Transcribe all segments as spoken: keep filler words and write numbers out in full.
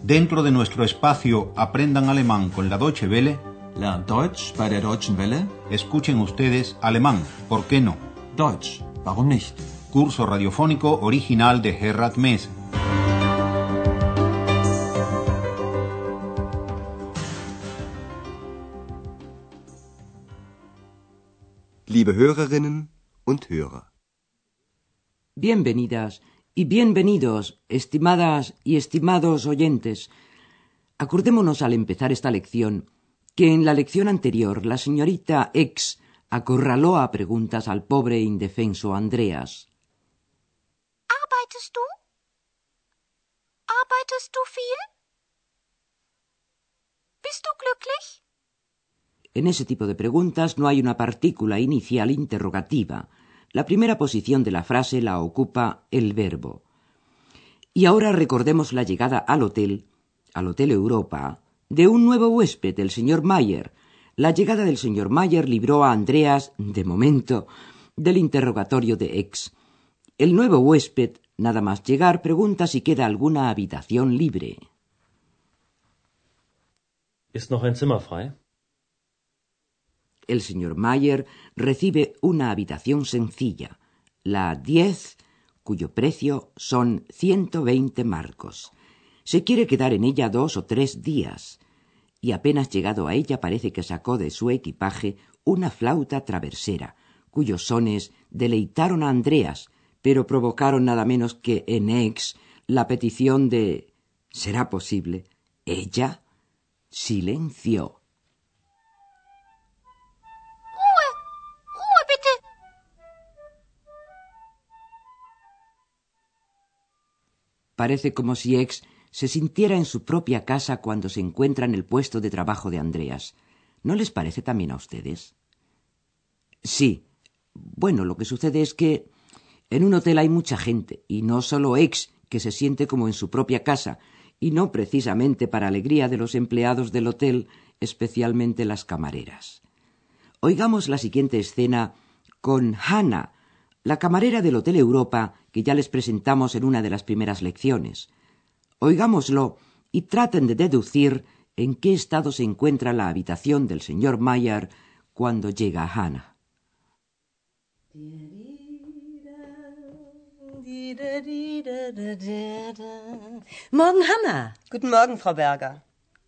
Dentro de nuestro espacio Aprendan Alemán con la Deutsche Welle, Lernt Deutsch bei der Deutschen Welle. escuchen ustedes alemán, ¿por qué no? Deutsch, warum nicht? Curso radiofónico original de Gerhard Mese. Liebe Hörerinnen und Hörer. Bienvenidas y bienvenidos, estimadas y estimados oyentes. Acordémonos al empezar esta lección que en la lección anterior la señorita X acorraló a preguntas al pobre e indefenso Andreas. ¿Arbeitest du? ¿Arbeitest du viel? ¿Bist du glücklich? En ese tipo de preguntas no hay una partícula inicial interrogativa. La primera posición de la frase la ocupa el verbo. Y ahora recordemos la llegada al hotel, al Hotel Europa, de un nuevo huésped, el señor Mayer. La llegada del señor Mayer libró a Andreas, de momento, del interrogatorio de X. El nuevo huésped, nada más llegar, pregunta si queda alguna habitación libre. Ist noch ein Zimmer frei? El señor Mayer recibe una habitación sencilla, la diez, cuyo precio son ciento veinte marcos. Se quiere quedar en ella dos o tres días, y apenas llegado a ella parece que sacó de su equipaje una flauta traversera, cuyos sones deleitaron a Andreas, pero provocaron nada menos que en X la petición de ¿será posible? Ella silenció. Parece como si X se sintiera en su propia casa cuando se encuentra en el puesto de trabajo de Andreas. ¿No les parece también a ustedes? Sí. Bueno, lo que sucede es que en un hotel hay mucha gente, y no solo X, que se siente como en su propia casa, y no precisamente para alegría de los empleados del hotel, especialmente las camareras. Oigamos la siguiente escena con Hannah, la camarera del Hotel Europa, que ya les presentamos en una de las primeras lecciones. Oigámoslo y traten de deducir en qué estado se encuentra la habitación del señor Mayer cuando llega Hannah. Morgen, Hannah. Guten Morgen, Frau Berger.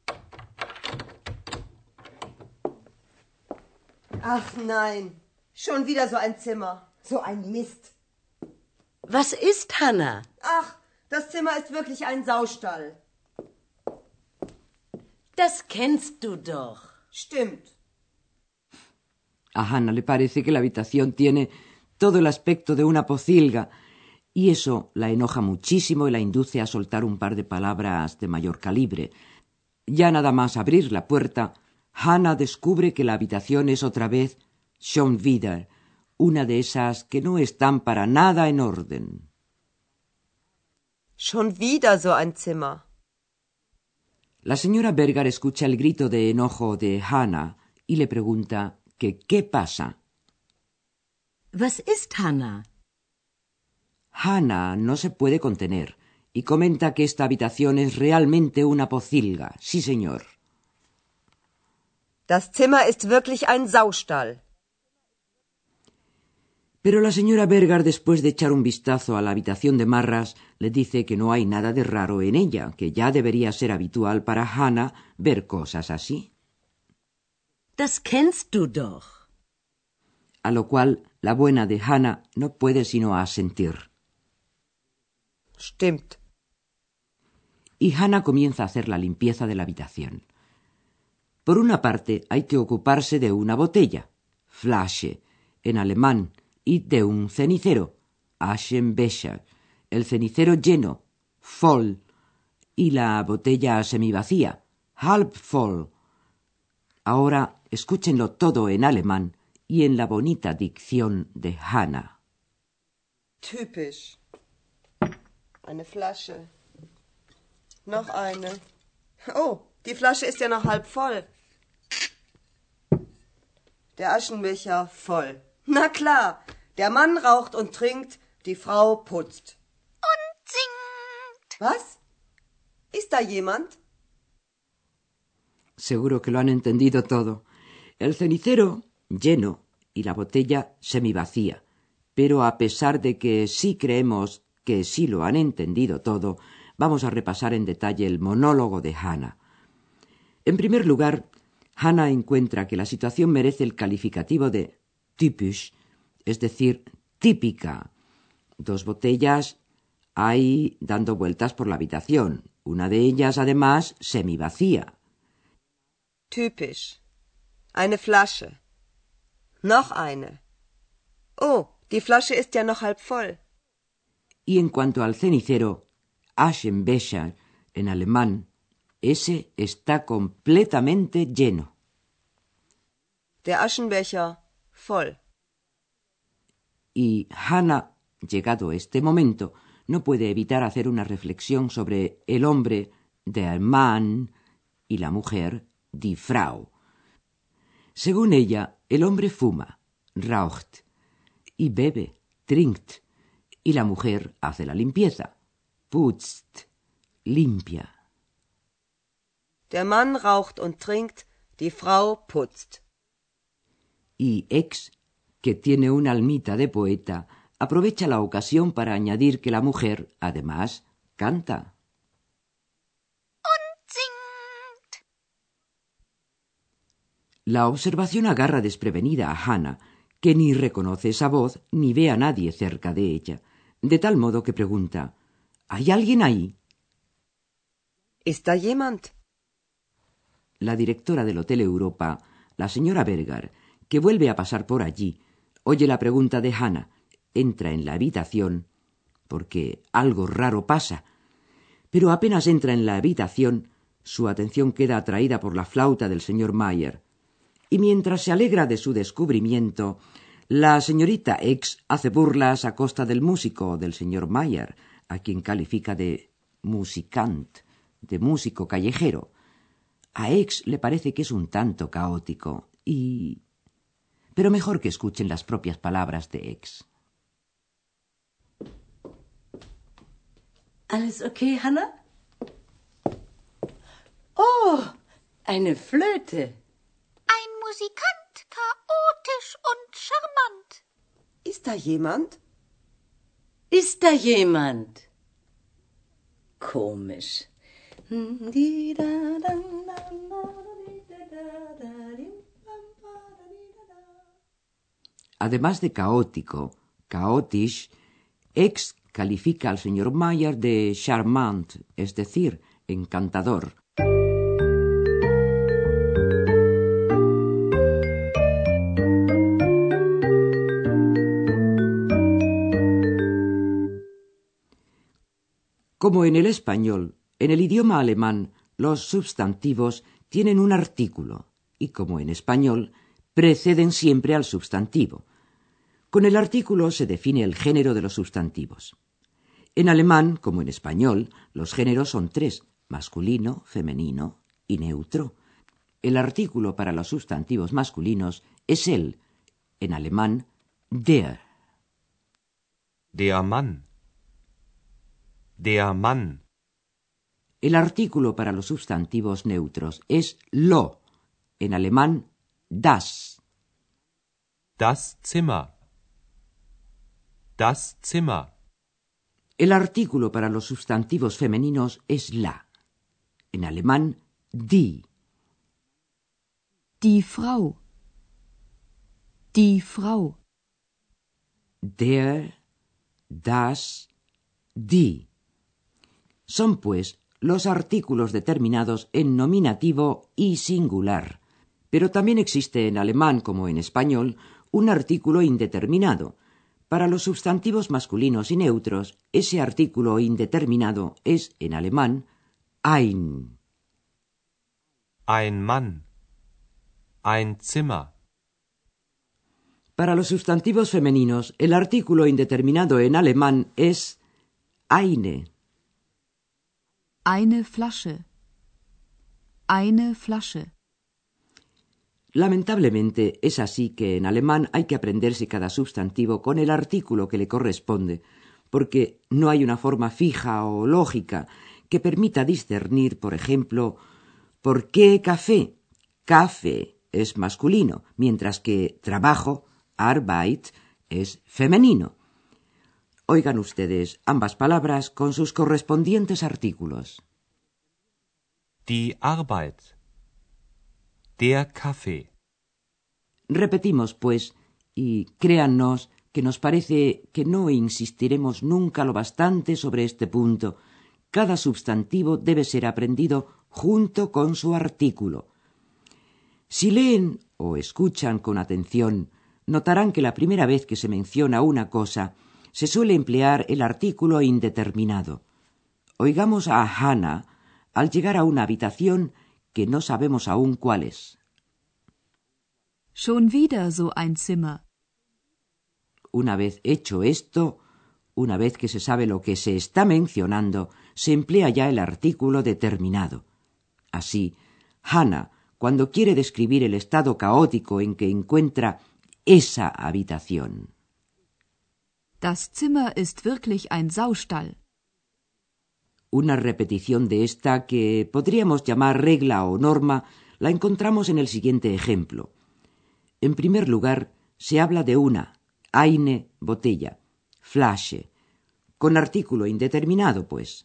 Ach nein, schon wieder so ein Zimmer. So ein Mist. Was ist, Hannah? Ach, das Zimmer ist wirklich ein Saustall. Das kennst du doch. Stimmt. A Hannah le parece que la habitación tiene todo el aspecto de una pocilga, y eso la enoja muchísimo y la induce a soltar un par de palabras de mayor calibre. Ya nada más abrir la puerta, Hannah descubre que la habitación es otra vez schon wieder, una de esas que no están para nada en orden. Schon wieder so ein Zimmer. La señora Berger escucha el grito de enojo de Hannah y le pregunta que qué pasa. Was ist, Hannah? Hannah no se puede contener y comenta que esta habitación es realmente una pocilga. Sí, señor. Das Zimmer ist wirklich ein Saustall. Pero la señora Berger, después de echar un vistazo a la habitación de marras, le dice que no hay nada de raro en ella, que ya debería ser habitual para Hannah ver cosas así. Das kennst du doch. A lo cual la buena de Hannah no puede sino asentir. Stimmt. Y Hannah comienza a hacer la limpieza de la habitación. Por una parte hay que ocuparse de una botella, Flasche, en alemán, y de un cenicero, Aschenbecher, el cenicero lleno, voll, y la botella semivacía, halb voll. Ahora escúchenlo todo en alemán y en la bonita dicción de Hannah. Typisch. Eine Flasche. Noch eine. Oh, die Flasche ist ja noch halb voll. Der Aschenbecher voll. Na klar, der Mann raucht und trinkt, die Frau putzt. Und singt. Was? Ist da jemand? Seguro que lo han entendido todo. El cenicero lleno y la botella semivacía. Pero a pesar de que sí creemos que sí lo han entendido todo, vamos a repasar en detalle el monólogo de Hannah. En primer lugar, Hannah encuentra que la situación merece el calificativo de typisch, es decir, típica. Dos botellas hay dando vueltas por la habitación, una de ellas, además, semivacía. Typisch. Eine Flasche. Noch eine. Oh, die Flasche ist ja noch halb voll. Y en cuanto al cenicero, Aschenbecher, en alemán, ese está completamente lleno. Der Aschenbecher voll. Y Hannah, llegado este momento, no puede evitar hacer una reflexión sobre el hombre, der Mann, y la mujer, die Frau. Según ella, el hombre fuma, raucht, y bebe, trinkt, y la mujer hace la limpieza, putzt, limpia. Der Mann raucht und trinkt, die Frau putzt. Y X, que tiene una almita de poeta, aprovecha la ocasión para añadir que la mujer, además, canta. Und singt. La observación agarra desprevenida a Hannah, que ni reconoce esa voz ni ve a nadie cerca de ella, de tal modo que pregunta: ¿hay alguien ahí? Ist da jemand? La directora del Hotel Europa, la señora Berger, que vuelve a pasar por allí, oye la pregunta de Hannah, entra en la habitación, porque algo raro pasa, pero apenas entra en la habitación, su atención queda atraída por la flauta del señor Mayer, y mientras se alegra de su descubrimiento, la señorita X hace burlas a costa del músico del señor Mayer, a quien califica de musicant, de músico callejero. A X le parece que es un tanto caótico y... Pero mejor que escuchen las propias palabras de X. Alles okay, Hannah? Oh, eine Flöte. Ein Musikant, chaotisch und charmant. Ist da jemand? Ist da jemand? Komisch. Además de caótico, chaotisch, X califica al señor Mayer de charmant, es decir, encantador. Como en el español, en el idioma alemán los sustantivos tienen un artículo y, como en español, preceden siempre al sustantivo. Con el artículo se define el género de los sustantivos. En alemán, como en español, los géneros son tres: masculino, femenino y neutro. El artículo para los sustantivos masculinos es el, en alemán, der. Der Mann. Der Mann. El artículo para los sustantivos neutros es lo, en alemán, das. Das Zimmer. Das Zimmer. El artículo para los sustantivos femeninos es la, en alemán, die. Die Frau. Die Frau. Der, das, die. Son, pues, los artículos determinados en nominativo y singular. Pero también existe en alemán, como en español, un artículo indeterminado. Para los sustantivos masculinos y neutros, ese artículo indeterminado es, en alemán, ein. Ein Mann. Ein Zimmer. Para los sustantivos femeninos, el artículo indeterminado en alemán es eine. Eine Flasche. Eine Flasche. Lamentablemente es así que en alemán hay que aprenderse cada sustantivo con el artículo que le corresponde, porque no hay una forma fija o lógica que permita discernir, por ejemplo, ¿por qué café? Café es masculino, mientras que trabajo, Arbeit, es femenino. Oigan ustedes ambas palabras con sus correspondientes artículos. Die Arbeit. Der Kaffee. Repetimos, pues, y créannos que nos parece que no insistiremos nunca lo bastante sobre este punto. Cada sustantivo debe ser aprendido junto con su artículo. Si leen o escuchan con atención, notarán que la primera vez que se menciona una cosa, se suele emplear el artículo indeterminado. Oigamos a Hannah al llegar a una habitación que no sabemos aún cuál es. Schon wieder so ein Zimmer. Una vez hecho esto, una vez que se sabe lo que se está mencionando, se emplea ya el artículo determinado. Así, Hannah, cuando quiere describir el estado caótico en que encuentra esa habitación. Das Zimmer ist wirklich ein Saustall. Una repetición de esta, que podríamos llamar regla o norma, la encontramos en el siguiente ejemplo. En primer lugar, se habla de una, eine, botella, Flasche, con artículo indeterminado, pues.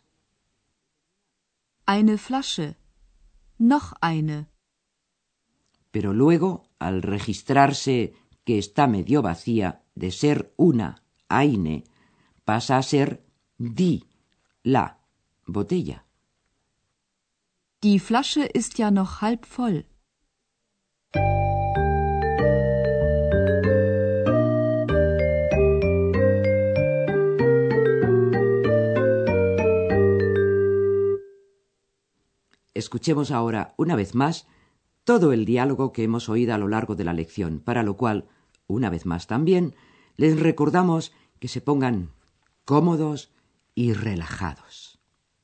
Eine Flasche. Noch eine. Pero luego, al registrarse que está medio vacía, de ser una, eine, pasa a ser die, la botella. Die Flasche ist ja noch halb voll. Escuchemos ahora, una vez más, todo el diálogo que hemos oído a lo largo de la lección, para lo cual, una vez más también, les recordamos que se pongan cómodos y relajados.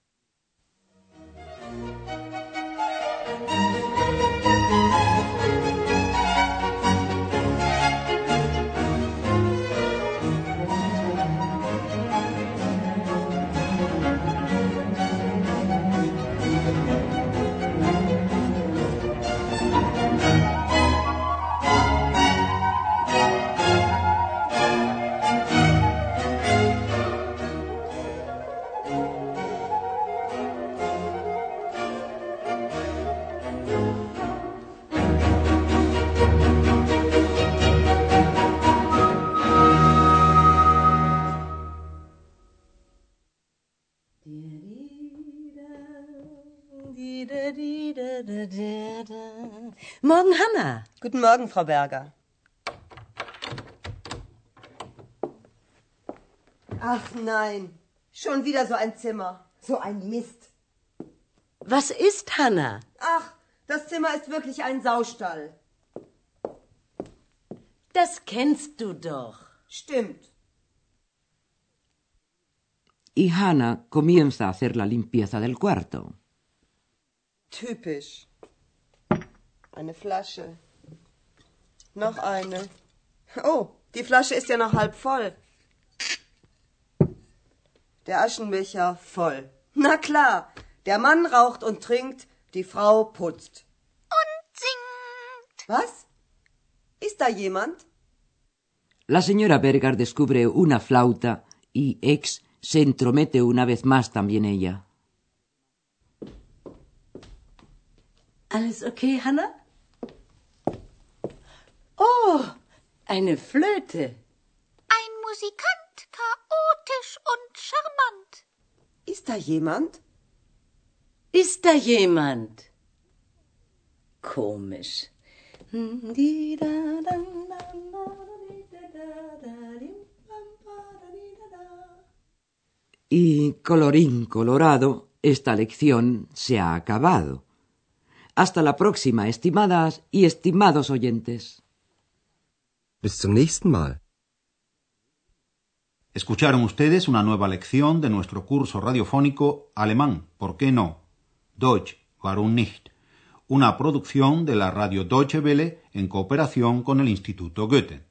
Morgen, Hannah. Guten Morgen, Frau Berger. Ach nein, schon wieder so ein Zimmer. So ein Mist. Was ist, Hannah? Ach, das Zimmer ist wirklich ein Saustall. Das kennst du doch. Stimmt. Y Hannah comienza a hacer la limpieza del cuarto. Typisch. Eine Flasche. Noch eine. Oh, die Flasche ist ja noch halb voll. Der Aschenbecher voll. Na klar, der Mann raucht und trinkt, die Frau putzt. Und singt. Was? Ist da jemand? La señora Berger descubre una flauta y Ex se entromete una vez más también ella. Alles okay, Hannah? Oh, eine Flöte. Ein Musikant, chaotisch und charmant. Ist da jemand? Ist da jemand? Komisch. Y colorín colorado, esta lección se ha acabado. Hasta la próxima, estimadas y estimados oyentes. Bis zum nächsten Mal. Escucharon ustedes una nueva lección de nuestro curso radiofónico Alemán, ¿por qué no? Deutsch, warum nicht? Una producción de la radio Deutsche Welle en cooperación con el Instituto Goethe.